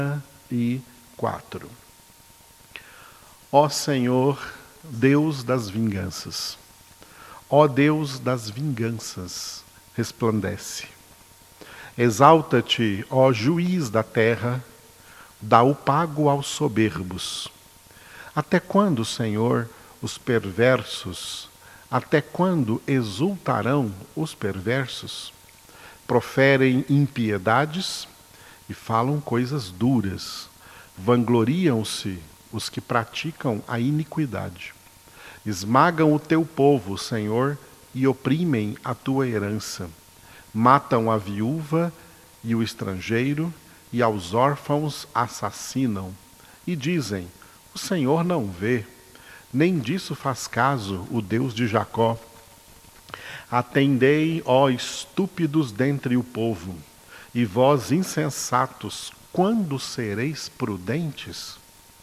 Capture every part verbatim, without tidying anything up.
e quatro. Ó Senhor, Deus das vinganças, ó Deus das vinganças, resplandece. Exalta-te, ó juiz da terra, dá o pago aos soberbos. Até quando, Senhor, os perversos, até quando exultarão os perversos? Proferem impiedades e falam coisas duras. Vangloriam-se os que praticam a iniquidade. Esmagam o teu povo, Senhor, e oprimem a tua herança. Matam a viúva e o estrangeiro, e aos órfãos assassinam. E dizem: o Senhor não vê, nem disso faz caso o Deus de Jacó. Atendei, ó estúpidos dentre o povo, e vós insensatos, quando sereis prudentes?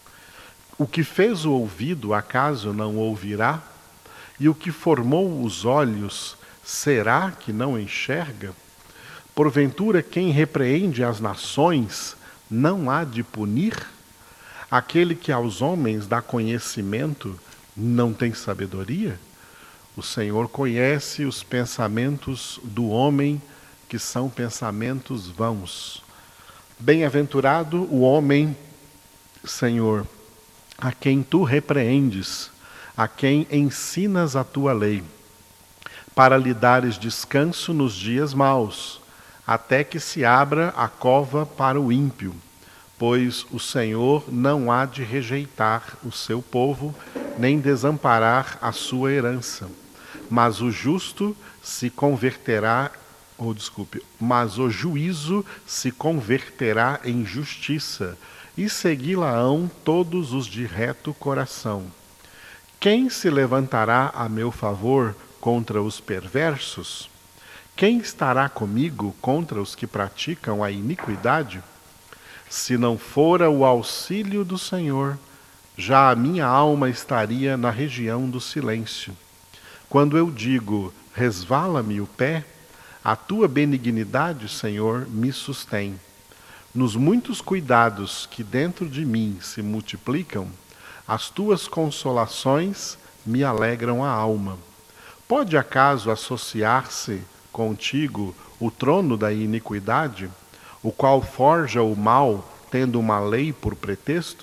O que fez o ouvido, acaso não ouvirá? E o que formou os olhos, será que não enxerga? Porventura, quem repreende as nações não há de punir? Aquele que aos homens dá conhecimento não tem sabedoria? O Senhor conhece os pensamentos do homem, que são pensamentos vãos. Bem-aventurado o homem, Senhor, a quem tu repreendes, a quem ensinas a tua lei, para lhe dares descanso nos dias maus, até que se abra a cova para o ímpio, pois o Senhor não há de rejeitar o seu povo, nem desamparar a sua herança. Mas o justo se converterá, ou oh, desculpe, mas o juízo se converterá em justiça, e segui-la-ão todos os de reto coração. Quem se levantará a meu favor contra os perversos? Quem estará comigo contra os que praticam a iniquidade? Se não fora o auxílio do Senhor, já a minha alma estaria na região do silêncio. Quando eu digo, resvala-me o pé, a tua benignidade, Senhor, me sustém. Nos muitos cuidados que dentro de mim se multiplicam, as tuas consolações me alegram a alma. Pode acaso associar-se contigo o trono da iniquidade, o qual forja o mal, tendo uma lei por pretexto?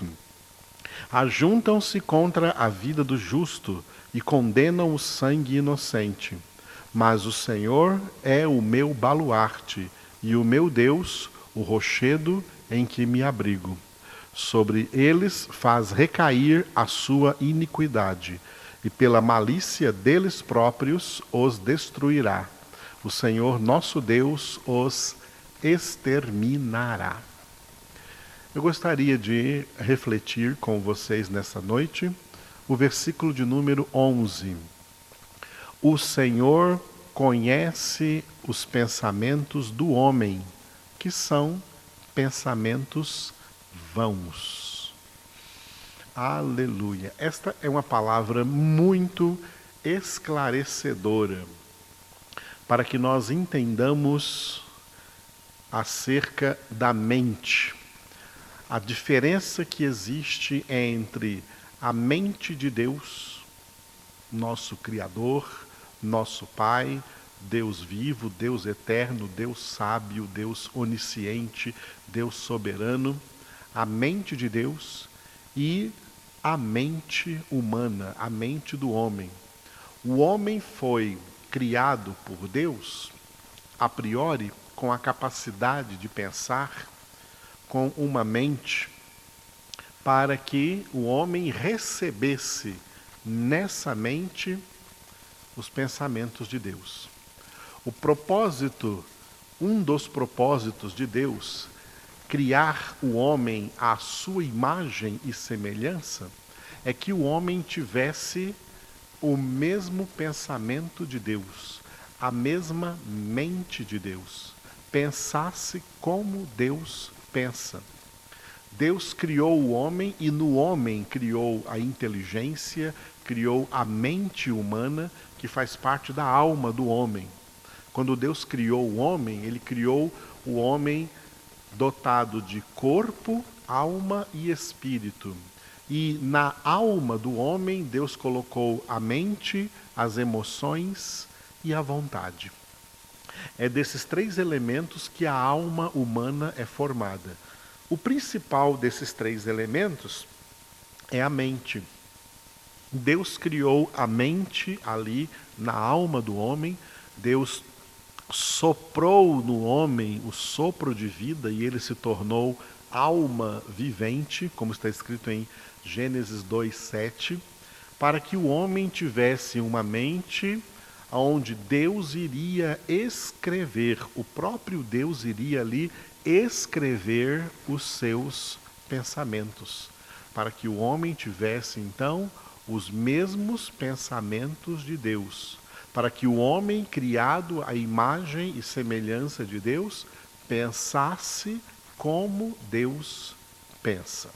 Ajuntam-se contra a vida do justo e condenam o sangue inocente. Mas o Senhor é o meu baluarte e o meu Deus, o rochedo em que me abrigo. Sobre eles faz recair a sua iniquidade, e pela malícia deles próprios os destruirá. O Senhor nosso Deus os exterminará. Eu gostaria de refletir com vocês nessa noite o versículo de número onze. O Senhor conhece os pensamentos do homem, que são pensamentos vãos. Aleluia. Esta é uma palavra muito esclarecedora para que nós entendamos acerca da mente. A diferença que existe entre a mente de Deus, nosso Criador, nosso Pai, Deus vivo, Deus eterno, Deus sábio, Deus onisciente, Deus soberano, a mente de Deus e a mente humana, a mente do homem. O homem foi criado por Deus, a priori, com a capacidade de pensar, com uma mente, para que o homem recebesse nessa mente os pensamentos de Deus. O propósito, um dos propósitos de Deus, criar o homem à sua imagem e semelhança, é que o homem tivesse o mesmo pensamento de Deus, a mesma mente de Deus, pensasse como Deus pensa. Deus criou o homem e no homem criou a inteligência, criou a mente humana, que faz parte da alma do homem. Quando Deus criou o homem, ele criou o homem dotado de corpo, alma e espírito. E na alma do homem, Deus colocou a mente, as emoções e a vontade. É desses três elementos que a alma humana é formada. O principal desses três elementos é a mente. Deus criou a mente ali na alma do homem. Deus soprou no homem o sopro de vida e ele se tornou alma vivente, como está escrito em Gênesis dois, sete, para que o homem tivesse uma mente onde Deus iria escrever, o próprio Deus iria ali escrever os seus pensamentos, para que o homem tivesse então os mesmos pensamentos de Deus, para que o homem, criado à imagem e semelhança de Deus, pensasse como Deus pensa.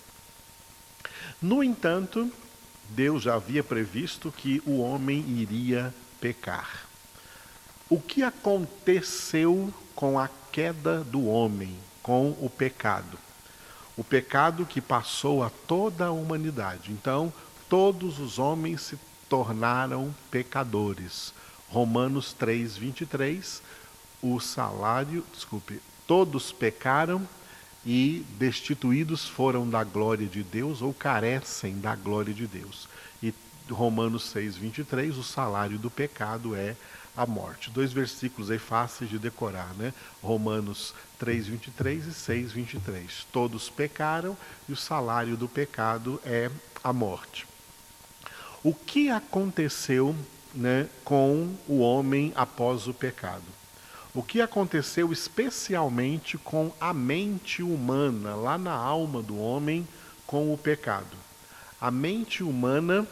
No entanto, Deus já havia previsto que o homem iria pecar. O que aconteceu com a queda do homem, com o pecado? O pecado que passou a toda a humanidade. Então, todos os homens se tornaram pecadores. Romanos três, vinte e três, o salário, desculpe, todos pecaram e destituídos foram da glória de Deus ou carecem da glória de Deus. E Romanos seis, vinte e três, o salário do pecado é a morte. Dois versículos aí fáceis de decorar, né? Romanos três, vinte e três e seis, vinte e três. Todos pecaram e o salário do pecado é a morte. O que aconteceu, né, com o homem após o pecado? O que aconteceu especialmente com a mente humana, lá na alma do homem, com o pecado? A mente humana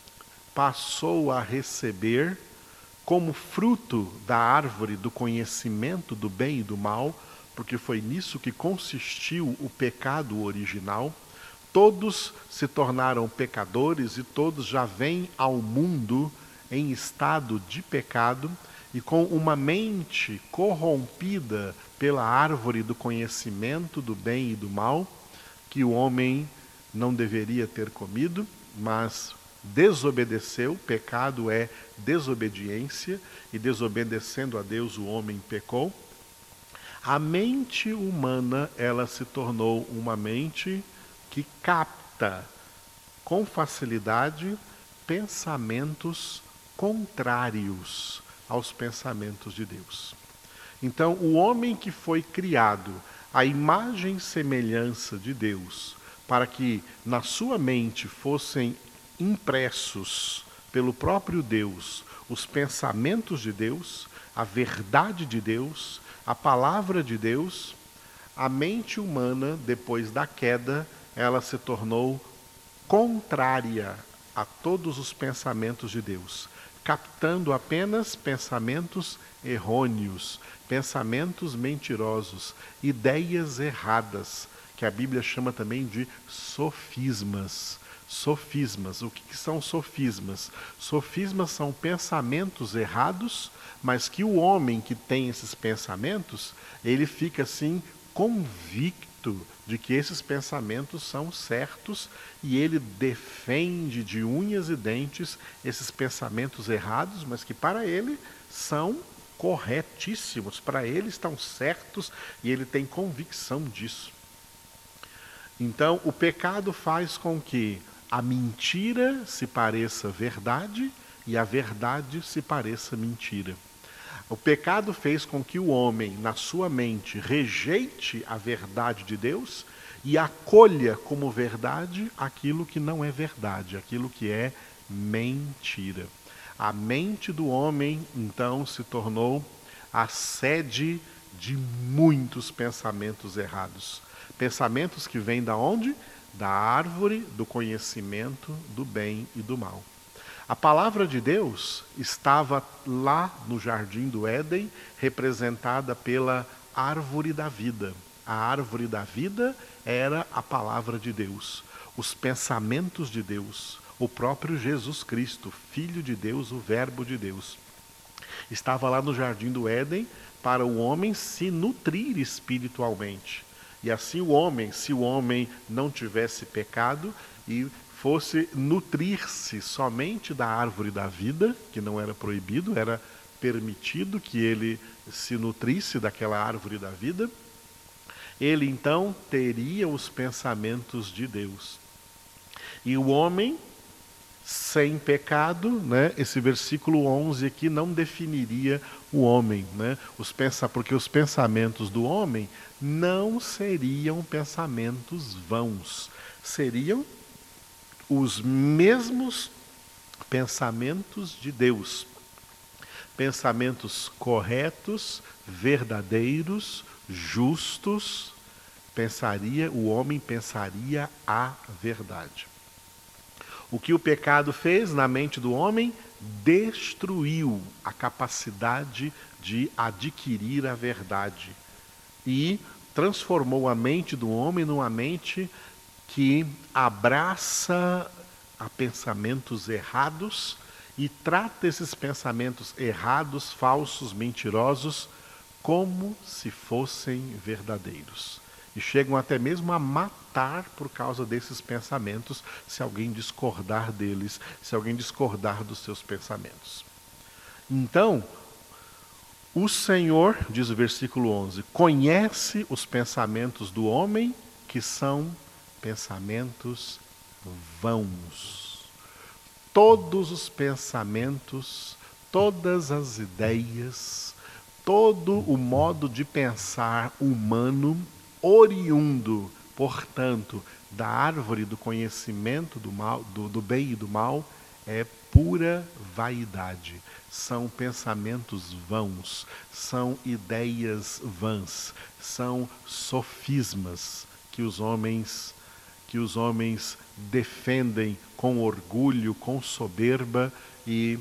passou a receber, como fruto da árvore do conhecimento do bem e do mal, porque foi nisso que consistiu o pecado original. Todos se tornaram pecadores e todos já vêm ao mundo em estado de pecado e com uma mente corrompida pela árvore do conhecimento do bem e do mal, que o homem não deveria ter comido, mas desobedeceu. Pecado é desobediência, e desobedecendo a Deus o homem pecou. A mente humana, ela se tornou uma mente que capta com facilidade pensamentos contrários aos pensamentos de Deus. Então, o homem que foi criado à imagem e semelhança de Deus, para que na sua mente fossem impressos pelo próprio Deus os pensamentos de Deus, a verdade de Deus, a palavra de Deus, a mente humana, depois da queda, ela se tornou contrária a todos os pensamentos de Deus, captando apenas pensamentos errôneos, pensamentos mentirosos, ideias erradas, que a Bíblia chama também de sofismas. Sofismas. O que são sofismas? Sofismas são pensamentos errados, mas que o homem que tem esses pensamentos, ele fica assim convicto de que esses pensamentos são certos e ele defende de unhas e dentes esses pensamentos errados, mas que para ele são corretíssimos, para ele estão certos e ele tem convicção disso. Então, o pecado faz com que a mentira se pareça verdade e a verdade se pareça mentira. O pecado fez com que o homem, na sua mente, rejeite a verdade de Deus e acolha como verdade aquilo que não é verdade, aquilo que é mentira. A mente do homem, então, se tornou a sede de muitos pensamentos errados. Pensamentos que vêm da onde? Da árvore do conhecimento do bem e do mal. A palavra de Deus estava lá no jardim do Éden, representada pela árvore da vida. A árvore da vida era a palavra de Deus, os pensamentos de Deus, o próprio Jesus Cristo, Filho de Deus, o Verbo de Deus. Estava lá no jardim do Éden para o homem se nutrir espiritualmente. E assim o homem, se o homem não tivesse pecado e fosse nutrir-se somente da árvore da vida, que não era proibido, era permitido que ele se nutrisse daquela árvore da vida, ele então teria os pensamentos de Deus. E o homem sem pecado, né? Esse versículo onze aqui não definiria o homem, né? Os pensa, porque os pensamentos do homem não seriam pensamentos vãos, seriam os mesmos pensamentos de Deus, pensamentos corretos, verdadeiros, justos. Pensaria, o homem pensaria a verdade. O que o pecado fez na mente do homem? Destruiu a capacidade de adquirir a verdade e transformou a mente do homem numa mente que abraça a pensamentos errados e trata esses pensamentos errados, falsos, mentirosos, como se fossem verdadeiros. E chegam até mesmo a matar por causa desses pensamentos, se alguém discordar deles, se alguém discordar dos seus pensamentos. Então, o Senhor, diz o versículo onze, conhece os pensamentos do homem, que são pensamentos vãos. Todos os pensamentos, todas as ideias, todo o modo de pensar humano, oriundo, portanto, da árvore do conhecimento do, mal, do, do bem e do mal, é pura vaidade. São pensamentos vãos, são ideias vãs, são sofismas que os homens, que os homens defendem com orgulho, com soberba e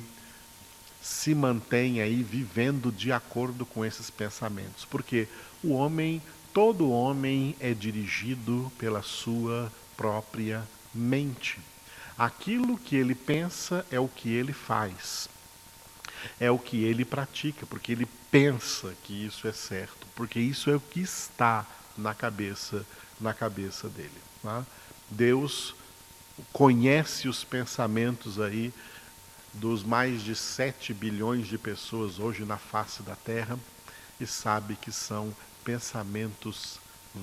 se mantêm aí vivendo de acordo com esses pensamentos. Porque o homem, todo homem é dirigido pela sua própria mente. Aquilo que ele pensa é o que ele faz. É o que ele pratica, porque ele pensa que isso é certo, porque isso é o que está na cabeça, na cabeça dele. Tá? Deus conhece os pensamentos aí dos mais de sete bilhões de pessoas hoje na face da Terra e sabe que são pensamentos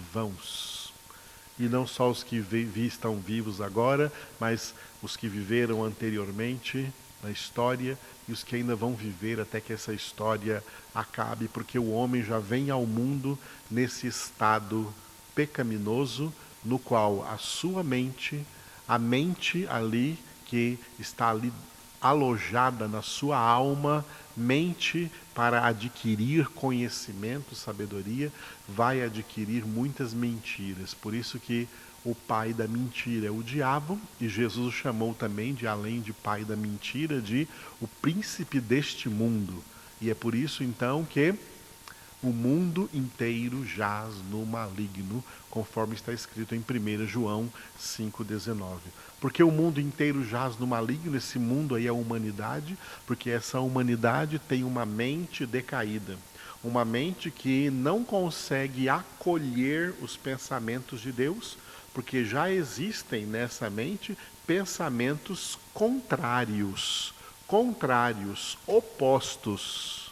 vãos. E não só os que vi, vi, estão vivos agora, mas os que viveram anteriormente na história e os que ainda vão viver até que essa história acabe, porque o homem já vem ao mundo nesse estado pecaminoso, no qual a sua mente, a mente ali que está ali alojada na sua alma, mente para adquirir conhecimento, sabedoria, vai adquirir muitas mentiras. Por isso que o pai da mentira é o diabo, e Jesus o chamou também de, além de pai da mentira, de o príncipe deste mundo. E é por isso então que o mundo inteiro jaz no maligno, conforme está escrito em primeiro João cinco, dezenove. Porque o mundo inteiro jaz no maligno, esse mundo aí é a humanidade, porque essa humanidade tem uma mente decaída, uma mente que não consegue acolher os pensamentos de Deus, porque já existem nessa mente pensamentos contrários, contrários, opostos,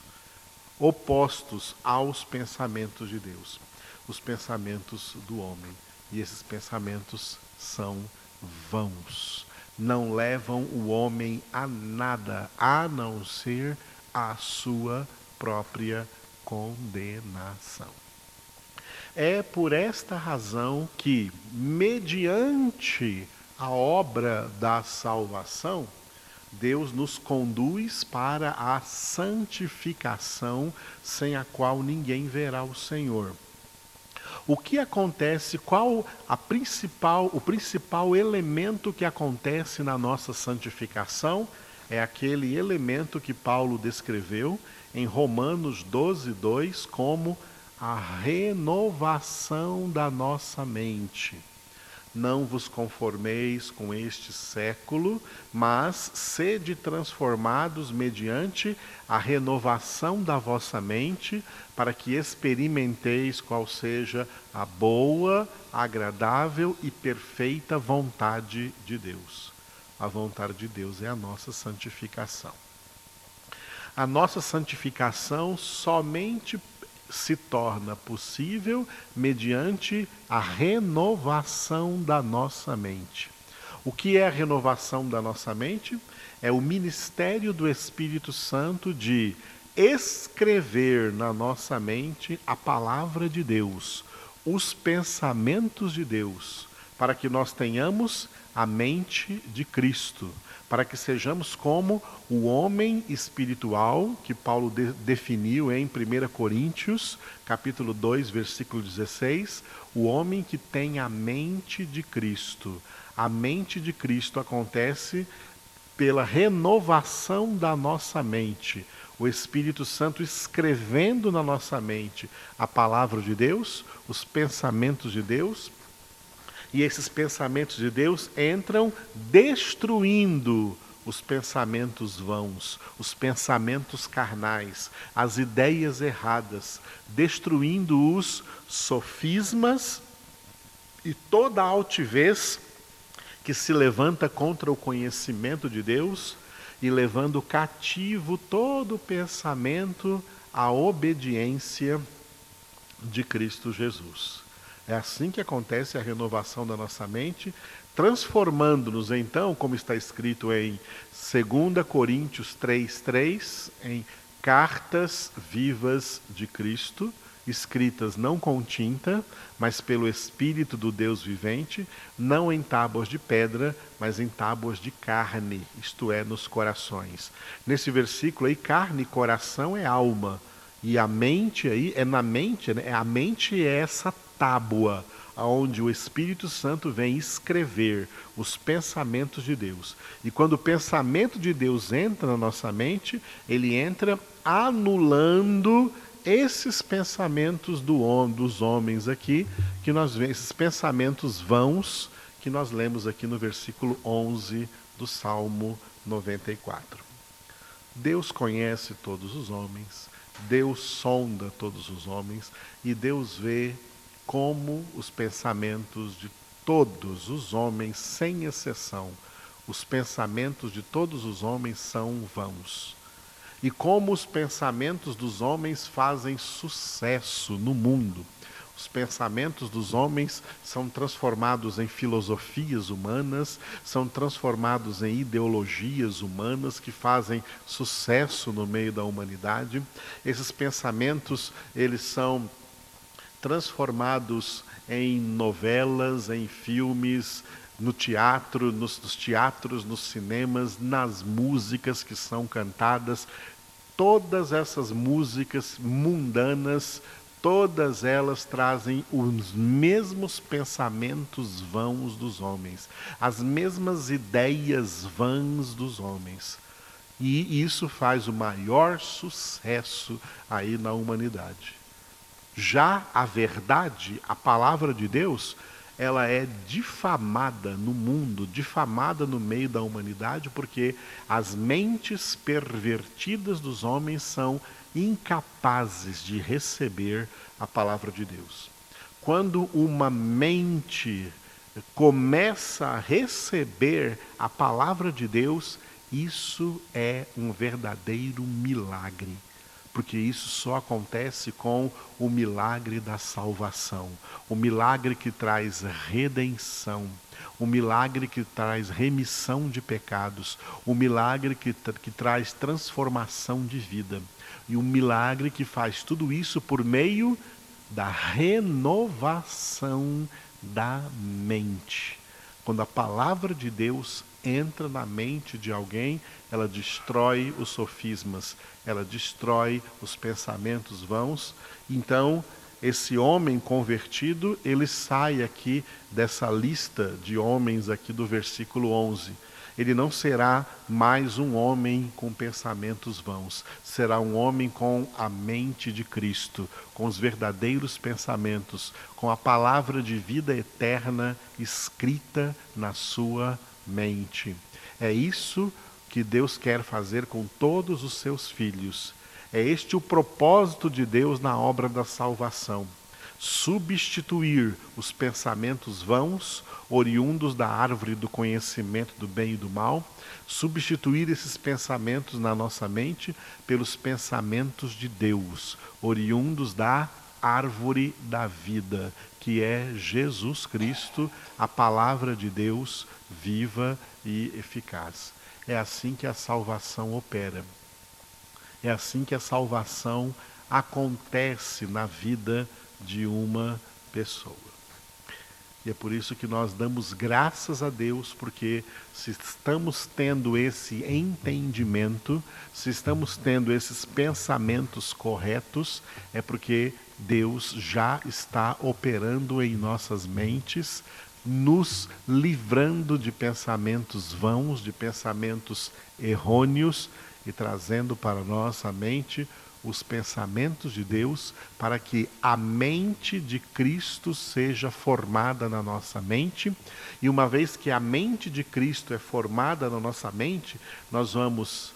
opostos aos pensamentos de Deus, os pensamentos do homem. E esses pensamentos são vãos, não levam o homem a nada, a não ser a sua própria condenação. É por esta razão que, mediante a obra da salvação, Deus nos conduz para a santificação, sem a qual ninguém verá o Senhor. O que acontece, qual a principal, o principal elemento que acontece na nossa santificação? É aquele elemento que Paulo descreveu em Romanos doze, dois, como a renovação da nossa mente. não vos conformeis com este século, mas sede transformados mediante a renovação da vossa mente, para que experimenteis qual seja a boa, agradável e perfeita vontade de Deus. A vontade de Deus é a nossa santificação. A nossa santificação somente se torna possível mediante a renovação da nossa mente. O que é a renovação da nossa mente? É o ministério do Espírito Santo de escrever na nossa mente a palavra de Deus, os pensamentos de Deus, para que nós tenhamos a mente de Cristo, para que sejamos como o homem espiritual que Paulo de, definiu em primeira Coríntios, capítulo dois, versículo dezesseis, o homem que tem a mente de Cristo. A mente de Cristo acontece pela renovação da nossa mente. O Espírito Santo escrevendo na nossa mente a palavra de Deus, os pensamentos de Deus, e esses pensamentos de Deus entram destruindo os pensamentos vãos, os pensamentos carnais, as ideias erradas, destruindo os sofismas e toda a altivez que se levanta contra o conhecimento de Deus e levando cativo todo o pensamento à obediência de Cristo Jesus. É assim que acontece a renovação da nossa mente, transformando-nos então, como está escrito em dois Coríntios três, três, em cartas vivas de Cristo, escritas não com tinta, mas pelo Espírito do Deus vivente, não em tábuas de pedra, mas em tábuas de carne, isto é, nos corações. Nesse versículo aí, carne e coração é alma, e a mente aí, é na mente, né? A mente é essa tábua, onde o Espírito Santo vem escrever os pensamentos de Deus. E quando o pensamento de Deus entra na nossa mente, ele entra anulando esses pensamentos do, dos homens aqui, que nós vemos, esses pensamentos vãos, que nós lemos aqui no versículo onze do Salmo noventa e quatro. Deus conhece todos os homens, Deus sonda todos os homens, e Deus vê como os pensamentos de todos os homens, sem exceção, os pensamentos de todos os homens são vãos. E como os pensamentos dos homens fazem sucesso no mundo. Os pensamentos dos homens são transformados em filosofias humanas, são transformados em ideologias humanas que fazem sucesso no meio da humanidade. Esses pensamentos, eles são transformados em novelas, em filmes, no teatro, nos, nos teatros, nos cinemas, nas músicas que são cantadas. Todas essas músicas mundanas, todas elas trazem os mesmos pensamentos vãos dos homens, as mesmas ideias vãs dos homens. E isso faz o maior sucesso aí na humanidade. Já a verdade, a palavra de Deus, ela é difamada no mundo, difamada no meio da humanidade, porque as mentes pervertidas dos homens são incapazes de receber a palavra de Deus. Quando uma mente começa a receber a palavra de Deus, isso é um verdadeiro milagre. Porque isso só acontece com o milagre da salvação, o milagre que traz redenção, o milagre que traz remissão de pecados, o milagre que, que traz transformação de vida, e o milagre que faz tudo isso por meio da renovação da mente. Quando a palavra de Deus entra na mente de alguém, ela destrói os sofismas, ela destrói os pensamentos vãos. Então, esse homem convertido, ele sai aqui dessa lista de homens aqui do versículo onze. Ele não será mais um homem com pensamentos vãos. Será um homem com a mente de Cristo, com os verdadeiros pensamentos, com a palavra de vida eterna escrita na sua mente. É isso que Deus quer fazer com todos os seus filhos. É este o propósito de Deus na obra da salvação. Substituir os pensamentos vãos, oriundos da árvore do conhecimento do bem e do mal, substituir esses pensamentos na nossa mente pelos pensamentos de Deus, oriundos da árvore da vida, que é Jesus Cristo, a palavra de Deus viva e eficaz. É assim que a salvação opera. É assim que a salvação acontece na vida de uma pessoa. E é por isso que nós damos graças a Deus, porque se estamos tendo esse entendimento, se estamos tendo esses pensamentos corretos, é porque Deus já está operando em nossas mentes, nos livrando de pensamentos vãos, de pensamentos errôneos e trazendo para nossa mente os pensamentos de Deus, para que a mente de Cristo seja formada na nossa mente. E uma vez que a mente de Cristo é formada na nossa mente, nós vamos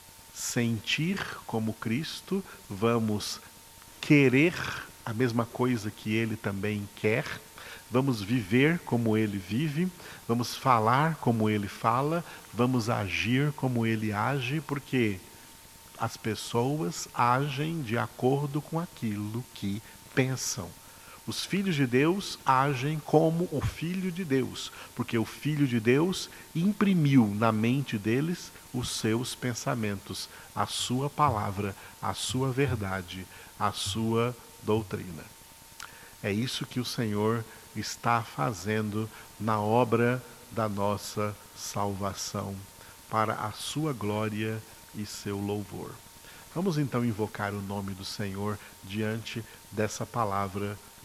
sentir como Cristo, vamos querer a mesma coisa que Ele também quer, vamos viver como Ele vive, vamos falar como Ele fala, vamos agir como Ele age, porque as pessoas agem de acordo com aquilo que pensam. Os filhos de Deus agem como o Filho de Deus, porque o Filho de Deus imprimiu na mente deles os seus pensamentos, a sua palavra, a sua verdade, a sua doutrina. É isso que o Senhor está fazendo na obra da nossa salvação, para a sua glória e seu louvor. Vamos então invocar o nome do Senhor diante dessa palavra